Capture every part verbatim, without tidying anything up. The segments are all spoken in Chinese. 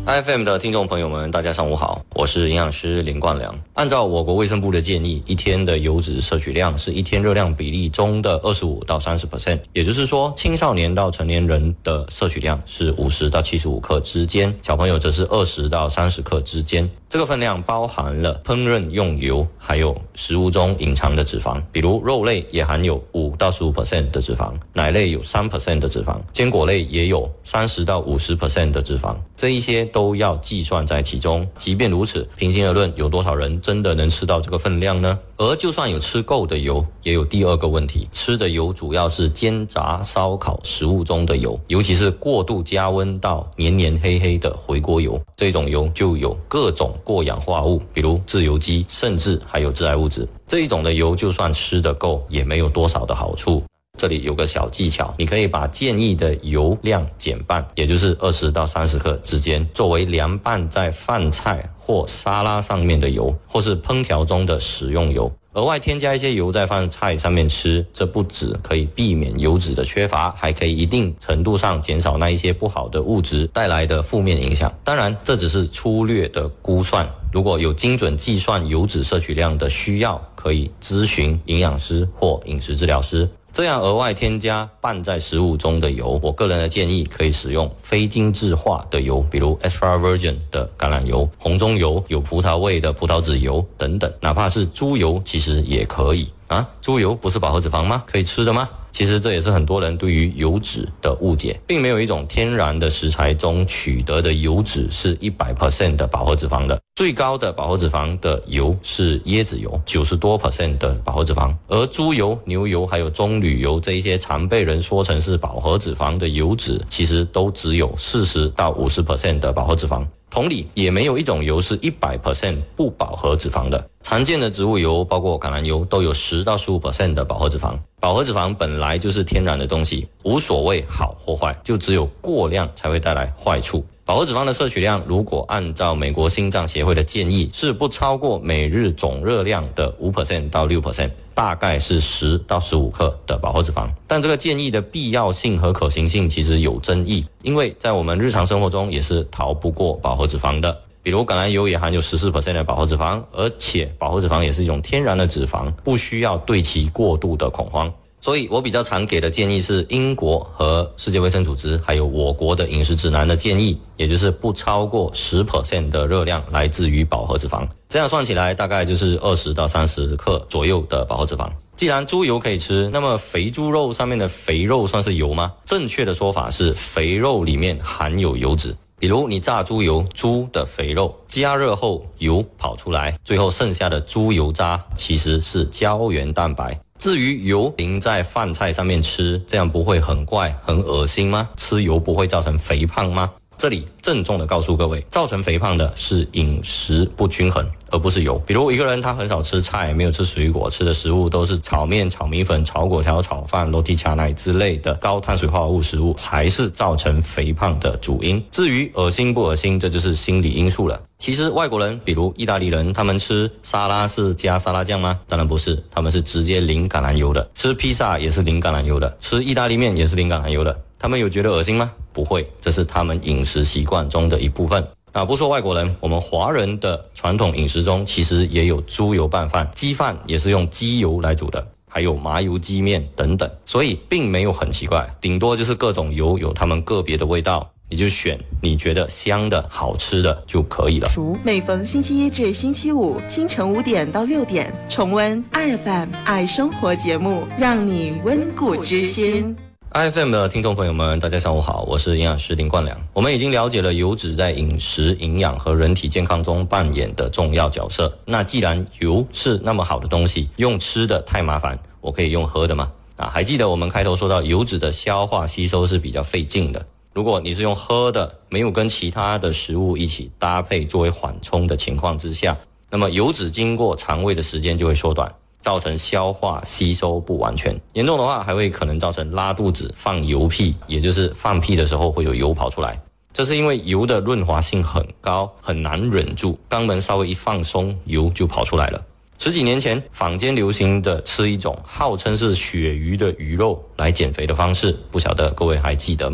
I F M 的听众朋友们，大家上午好，我是营养师林冠良。按照我国卫生部的建议，一天的油脂摄取量是一天热量比例中的 百分之二十五到百分之三十， 也就是说青少年到成年人的摄取量是五十到七十五克之间，小朋友则是二十到三十克之间。这个分量包含了烹饪用油，还有食物中隐藏的脂肪，比如肉类也含有百分之五到十五 的脂肪，奶类有 百分之三 的脂肪，坚果类也有三十到五十 的脂肪，这一些都要计算在其中。即便如此，平心而论，有多少人真的能吃到这个分量呢？而就算有吃够的油，也有第二个问题，吃的油主要是煎炸烧烤食物中的油，尤其是过度加温到黏黏黑黑的回锅油，这种油就有各种过氧化物，比如自由基，甚至还有致癌物质。这一种的油就算吃得够，也没有多少的好处。这里有个小技巧，你可以把建议的油量减半，也就是二十到三十克之间，作为凉拌在饭菜或沙拉上面的油，或是烹调中的食用油。额外添加一些油在饭菜上面吃，这不只可以避免油脂的缺乏，还可以一定程度上减少那一些不好的物质带来的负面影响。当然，这只是粗略的估算，如果有精准计算油脂摄取量的需要，可以咨询营养师或饮食治疗师。这样额外添加拌在食物中的油，我个人的建议可以使用非精制化的油，比如 extra virgin 的橄榄油、红棕油、有葡萄味的葡萄籽油等等，哪怕是猪油其实也可以啊。猪油不是饱和脂肪吗？可以吃的吗？其实这也是很多人对于油脂的误解，并没有一种天然的食材中取得的油脂是 百分之百 的饱和脂肪的。最高的饱和脂肪的油是椰子油，九十多 percent 的饱和脂肪，而猪油、牛油还有棕榈油这一些常被人说成是饱和脂肪的油脂，其实都只有四十到五十 percent 的饱和脂肪。同理，也没有一种油是 百分之百 不饱和脂肪的。常见的植物油包括橄榄油都有十到十五 percent 的饱和脂肪。饱和脂肪本来就是天然的东西，无所谓好或坏，就只有过量才会带来坏处。饱和脂肪的摄取量如果按照美国心脏协会的建议，是不超过每日总热量的 百分之五 到 百分之六， 大概是十到十五克的饱和脂肪。但这个建议的必要性和可行性其实有争议，因为在我们日常生活中也是逃不过饱和脂肪的。比如橄榄油也含有 百分之十四 的饱和脂肪，而且饱和脂肪也是一种天然的脂肪，不需要对其过度的恐慌。所以我比较常给的建议是英国和世界卫生组织还有我国的饮食指南的建议，也就是不超过 百分之十 的热量来自于饱和脂肪。这样算起来大概就是二十到三十克左右的饱和脂肪。既然猪油可以吃，那么肥猪肉上面的肥肉算是油吗？正确的说法是肥肉里面含有油脂。比如你炸猪油，猪的肥肉加热后油跑出来，最后剩下的猪油渣其实是胶原蛋白。至于油淋在饭菜上面吃，这样不会很怪很恶心吗？吃油不会造成肥胖吗？这里郑重的告诉各位，造成肥胖的是饮食不均衡，而不是油。比如一个人他很少吃菜，没有吃水果，吃的食物都是炒面、炒米粉、炒粿条、炒饭、肉体卡奶之类的高碳水化合物食物，才是造成肥胖的主因。至于恶心不恶心，这就是心理因素了。其实外国人，比如意大利人，他们吃沙拉是加沙拉酱吗？当然不是，他们是直接淋橄榄油的。吃披萨也是淋橄榄油的，吃意大利面也是淋橄榄油的。他们有觉得恶心吗？不会，这是他们饮食习惯中的一部分。啊，不说外国人，我们华人的传统饮食中其实也有猪油拌饭，鸡饭也是用鸡油来煮的，还有麻油鸡面等等，所以并没有很奇怪，顶多就是各种油有他们个别的味道，你就选你觉得香的好吃的就可以了。 每逢星期一至星期五清晨五点到六点，重温 I F M 爱生活节目，让你温故知新。 I F M 的听众朋友们，大家上午好，我是营养师林冠良。我们已经了解了油脂在饮食、营养和人体健康中扮演的重要角色。那既然油是那么好的东西，用吃的太麻烦，我可以用喝的吗？啊，还记得我们开头说到油脂的消化吸收是比较费劲的。如果你是用喝的，没有跟其他的食物一起搭配作为缓冲的情况之下，那么油脂经过肠胃的时间就会缩短，造成消化吸收不完全，严重的话还会可能造成拉肚子、放油屁，也就是放屁的时候会有油跑出来。这是因为油的润滑性很高，很难忍住，肛门稍微一放松，油就跑出来了。十几年前坊间流行的吃一种号称是鳕鱼的鱼肉来减肥的方式，不晓得各位还记得吗？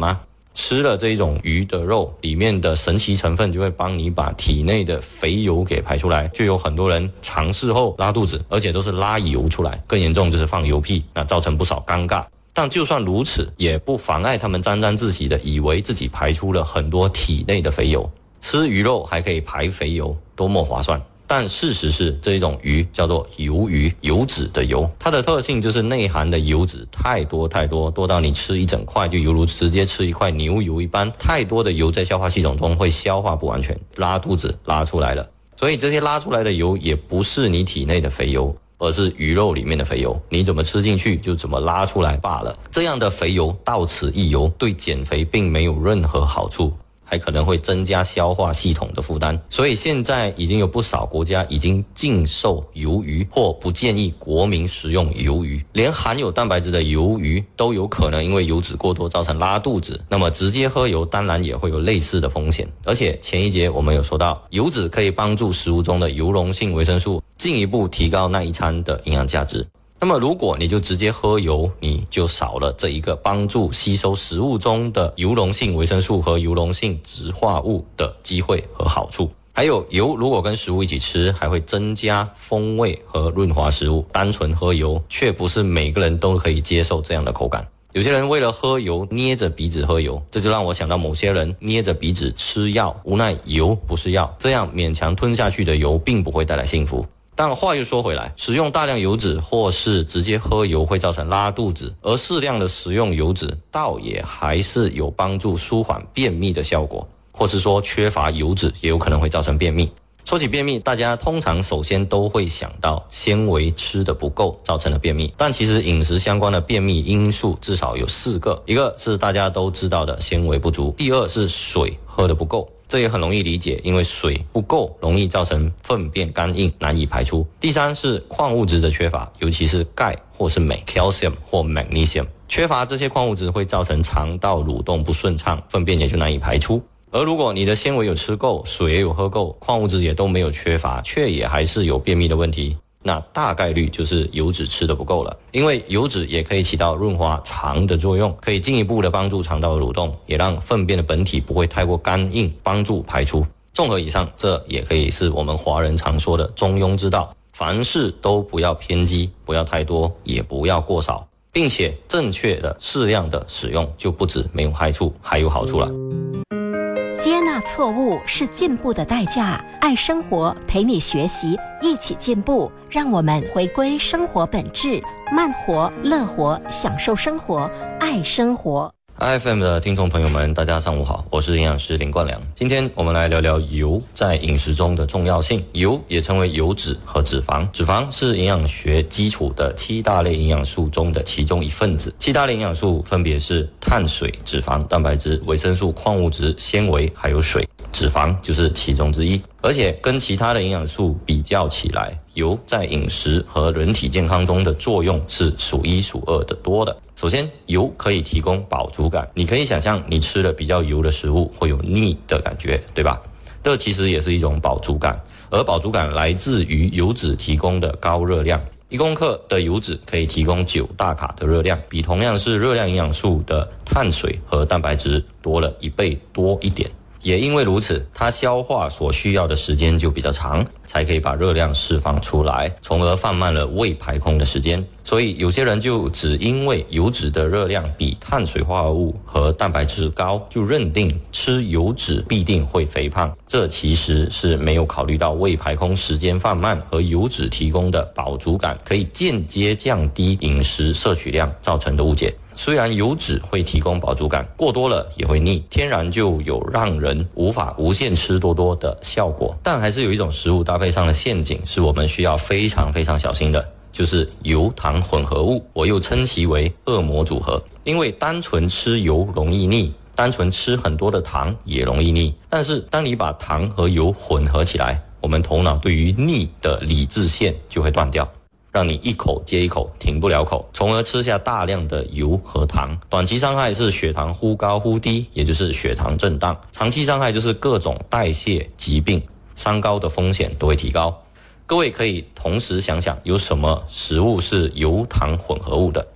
吃了这种鱼的肉，里面的神奇成分就会帮你把体内的肥油给排出来，就有很多人尝试后拉肚子，而且都是拉油出来，更严重就是放油屁，那造成不少尴尬。但就算如此，也不妨碍他们沾沾自喜的以为自己排出了很多体内的肥油，吃鱼肉还可以排肥油，多么划算。但事实是，这一种鱼叫做鱿鱼，油脂的油，它的特性就是内含的油脂太多太多，多到你吃一整块就犹如直接吃一块牛油一般，太多的油在消化系统中会消化不完全，拉肚子拉出来了。所以这些拉出来的油也不是你体内的肥油，而是鱼肉里面的肥油，你怎么吃进去就怎么拉出来罢了。这样的肥油到此一游，对减肥并没有任何好处，还可能会增加消化系统的负担。所以现在已经有不少国家已经禁售鱿鱼，或不建议国民食用鱿鱼。连含有蛋白质的鱿鱼都有可能因为油脂过多造成拉肚子，那么直接喝油当然也会有类似的风险。而且前一节我们有说到，油脂可以帮助食物中的油溶性维生素进一步提高那一餐的营养价值。那么如果你就直接喝油，你就少了这一个帮助吸收食物中的油溶性维生素和油溶性植化物的机会和好处。还有油如果跟食物一起吃，还会增加风味和润滑食物。单纯喝油却不是每个人都可以接受这样的口感。有些人为了喝油捏着鼻子喝油，这就让我想到某些人捏着鼻子吃药，无奈油不是药，这样勉强吞下去的油并不会带来幸福。但话又说回来，食用大量油脂或是直接喝油会造成拉肚子，而适量的食用油脂倒也还是有帮助舒缓便秘的效果，或是说缺乏油脂也有可能会造成便秘。说起便秘，大家通常首先都会想到纤维吃的不够造成的便秘，但其实饮食相关的便秘因素至少有四个，一个是大家都知道的纤维不足，第二是水喝的不够，这也很容易理解，因为水不够容易造成粪便干硬难以排出。第三是矿物质的缺乏，尤其是钙或是镁 calcium 或 magnesium， 缺乏这些矿物质会造成肠道蠕动不顺畅，粪便也就难以排出。而如果你的纤维有吃够，水也有喝够，矿物质也都没有缺乏，却也还是有便秘的问题，那大概率就是油脂吃的不够了。因为油脂也可以起到润滑肠的作用，可以进一步的帮助肠道的蠕动，也让粪便的本体不会太过干硬，帮助排出。综合以上，这也可以是我们华人常说的中庸之道，凡事都不要偏激，不要太多，也不要过少，并且正确的适量的使用，就不止没有害处，还有好处了。 接纳错误是进步的代价，爱生活陪你学习，一起进步，让我们回归生活本质，慢活、乐活，享受生活，爱生活。 I F M 的听众朋友们，大家上午好，我是营养师林冠良。今天我们来聊聊油在饮食中的重要性。油也称为油脂和脂肪，脂肪是营养学基础的七大类营养素中的其中一份子。七大类营养素分别是碳水、脂肪、蛋白质、维生素、矿物质、纤维还有水，脂肪就是其中之一。而且跟其他的营养素比较起来，油在饮食和人体健康中的作用是数一数二的多的。首先，油可以提供饱足感，你可以想象你吃了比较油的食物会有腻的感觉，对吧？这其实也是一种饱足感，而饱足感来自于油脂提供的高热量。一公克的油脂可以提供九大卡的热量，比同样是热量营养素的碳水和蛋白质多了一倍多一点。也因为如此，它消化所需要的时间就比较长，才可以把热量释放出来，从而放慢了胃排空的时间。所以有些人就只因为油脂的热量比碳水化合物和蛋白质高，就认定吃油脂必定会肥胖，这其实是没有考虑到胃排空时间放慢和油脂提供的饱足感可以间接降低饮食摄取量造成的误解。虽然油脂会提供饱足感，过多了也会腻，天然就有让人无法无限吃多多的效果，但还是有一种食物搭配上的陷阱是我们需要非常非常小心的，就是油糖混合物，我又称其为恶魔组合。因为单纯吃油容易腻，单纯吃很多的糖也容易腻，但是当你把糖和油混合起来，我们头脑对于腻的理智线就会断掉，让你一口接一口停不了口，从而吃下大量的油和糖。短期伤害是血糖忽高忽低，也就是血糖震荡；长期伤害就是各种代谢疾病，三高的风险都会提高。各位可以同时想想，有什么食物是油糖混合物的？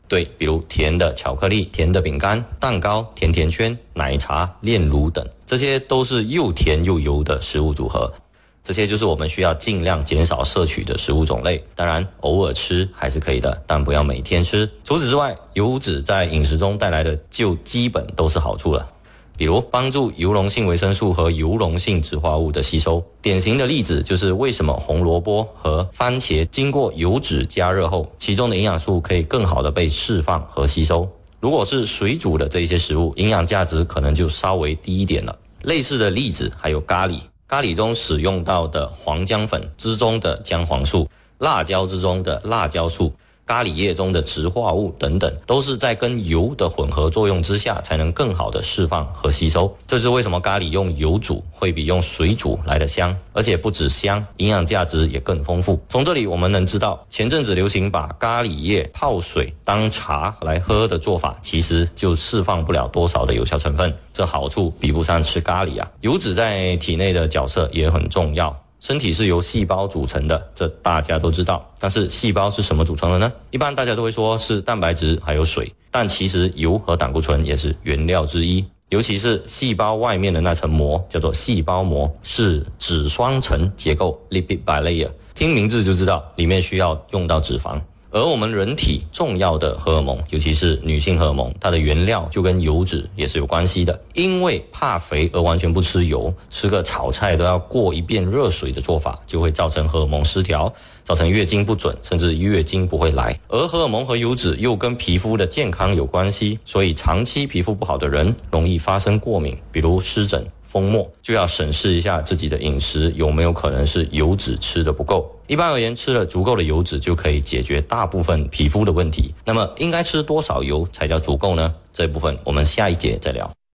对，比如甜的巧克力、甜的饼干、蛋糕、甜甜圈、奶茶、炼乳等，这些都是又甜又油的食物组合。这些就是我们需要尽量减少摄取的食物种类，当然偶尔吃还是可以的，但不要每天吃。除此之外，油脂在饮食中带来的就基本都是好处了，比如帮助油溶性维生素和油溶性植化物的吸收。典型的例子就是为什么红萝卜和番茄经过油脂加热后，其中的营养素可以更好的被释放和吸收。如果是水煮的这一些食物，营养价值可能就稍微低一点了。类似的例子还有咖喱，咖喱中使用到的黄姜粉之中的姜黄素，辣椒之中的辣椒素，咖喱液中的植化物等等，都是在跟油的混合作用之下才能更好的释放和吸收。这就是为什么咖喱用油煮会比用水煮来得香，而且不止香，营养价值也更丰富。从这里我们能知道，前阵子流行把咖喱液泡水当茶来喝的做法，其实就释放不了多少的有效成分，这好处比不上吃咖喱啊。油脂在体内的角色也很重要，身体是由细胞组成的，这大家都知道。但是细胞是什么组成的呢？一般大家都会说是蛋白质还有水，但其实油和胆固醇也是原料之一。尤其是细胞外面的那层膜叫做细胞膜，是脂双层结构 lipid bilayer， 听名字就知道里面需要用到脂肪。而我们人体重要的荷尔蒙，尤其是女性荷尔蒙，它的原料就跟油脂也是有关系的。因为怕肥而完全不吃油，吃个炒菜都要过一遍热水的做法，就会造成荷尔蒙失调，造成月经不准，甚至月经不会来。而荷尔蒙和油脂又跟皮肤的健康有关系，所以长期皮肤不好的人容易发生过敏，比如湿疹、风沫，就要审视一下自己的饮食有没有可能是油脂吃得不够。一般而言，吃了足够的油脂就可以解决大部分皮肤的问题。那么应该吃多少油才叫足够呢？这部分我们下一节再聊。